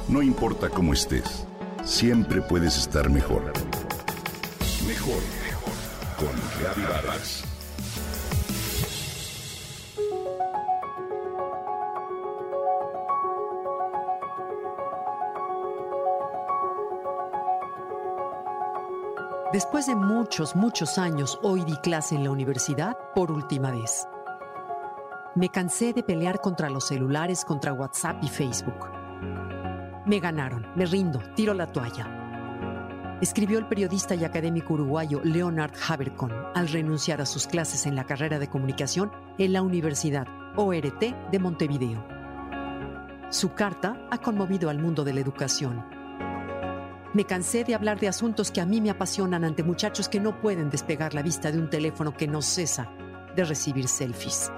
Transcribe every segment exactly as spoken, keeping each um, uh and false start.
No importa cómo estés, siempre puedes estar mejor. Mejor, mejor. Con Gaby Vargas. Después de muchos, muchos años, hoy di clase en la universidad por última vez. Me cansé de pelear contra los celulares, contra WhatsApp y Facebook. Me ganaron, me rindo, tiro la toalla. Escribió el periodista y académico uruguayo Leonard Habercorn al renunciar a sus clases en la carrera de comunicación en la Universidad O R T de Montevideo. Su carta ha conmovido al mundo de la educación. Me cansé de hablar de asuntos que a mí me apasionan ante muchachos que no pueden despegar la vista de un teléfono que no cesa de recibir selfies.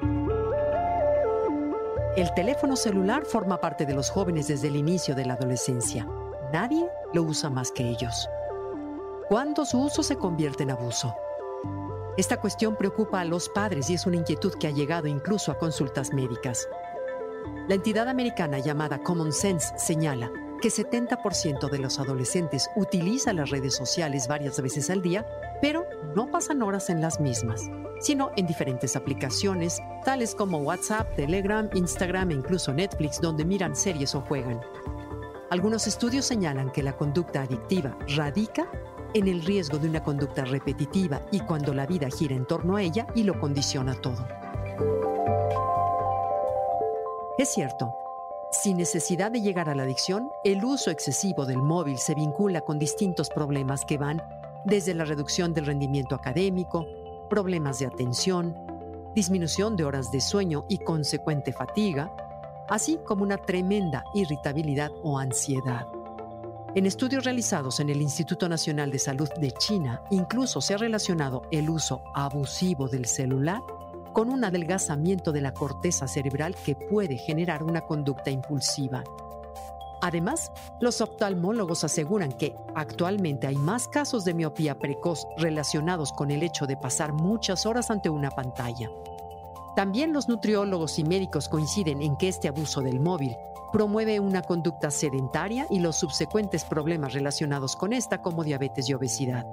El teléfono celular forma parte de los jóvenes desde el inicio de la adolescencia. Nadie lo usa más que ellos. ¿Cuándo su uso se convierte en abuso? Esta cuestión preocupa a los padres y es una inquietud que ha llegado incluso a consultas médicas. La entidad americana llamada Common Sense señala que setenta por ciento de los adolescentes utilizan las redes sociales varias veces al día, pero no pasan horas en las mismas, sino en diferentes aplicaciones, tales como WhatsApp, Telegram, Instagram e incluso Netflix, donde miran series o juegan. Algunos estudios señalan que la conducta adictiva radica en el riesgo de una conducta repetitiva y cuando la vida gira en torno a ella y lo condiciona todo. Es cierto, sin necesidad de llegar a la adicción, el uso excesivo del móvil se vincula con distintos problemas que van desde la reducción del rendimiento académico, problemas de atención, disminución de horas de sueño y consecuente fatiga, así como una tremenda irritabilidad o ansiedad. En estudios realizados en el Instituto Nacional de Salud de China, incluso se ha relacionado el uso abusivo del celular con un adelgazamiento de la corteza cerebral que puede generar una conducta impulsiva. Además, los oftalmólogos aseguran que actualmente hay más casos de miopía precoz relacionados con el hecho de pasar muchas horas ante una pantalla. También los nutriólogos y médicos coinciden en que este abuso del móvil promueve una conducta sedentaria y los subsecuentes problemas relacionados con esta, como diabetes y obesidad.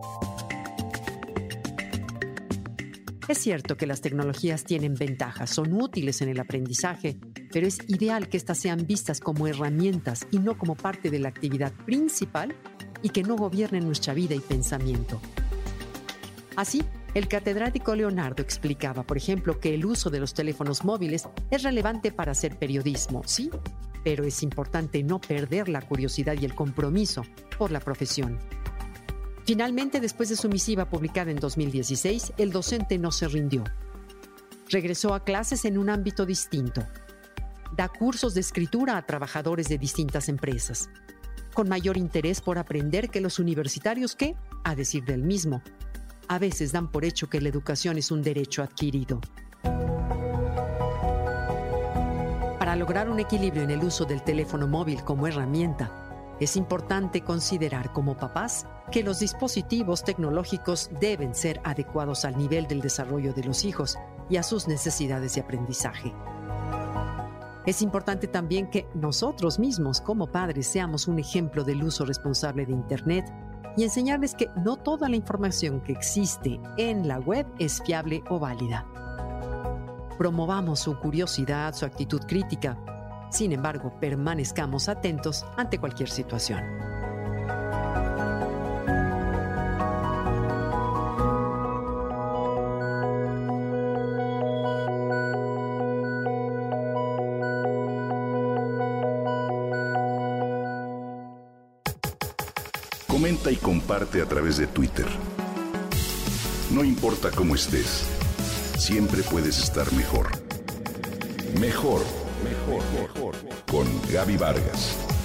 Es cierto que las tecnologías tienen ventajas, son útiles en el aprendizaje, pero es ideal que éstas sean vistas como herramientas y no como parte de la actividad principal y que no gobiernen nuestra vida y pensamiento. Así, el catedrático Leonardo explicaba, por ejemplo, que el uso de los teléfonos móviles es relevante para hacer periodismo, sí, pero es importante no perder la curiosidad y el compromiso por la profesión. Finalmente, después de su misiva publicada en dos mil dieciséis, el docente no se rindió. Regresó a clases en un ámbito distinto. Da cursos de escritura a trabajadores de distintas empresas, con mayor interés por aprender que los universitarios que, a decir del mismo, a veces dan por hecho que la educación es un derecho adquirido. Para lograr un equilibrio en el uso del teléfono móvil como herramienta, es importante considerar como papás que los dispositivos tecnológicos deben ser adecuados al nivel del desarrollo de los hijos y a sus necesidades de aprendizaje. Es importante también que nosotros mismos como padres seamos un ejemplo del uso responsable de Internet y enseñarles que no toda la información que existe en la web es fiable o válida. Promovamos su curiosidad, su actitud crítica. Sin embargo, permanezcamos atentos ante cualquier situación. Comenta y comparte a través de Twitter. No importa cómo estés, siempre puedes estar mejor. Mejor, mejor, mejor. Con Gaby Vargas.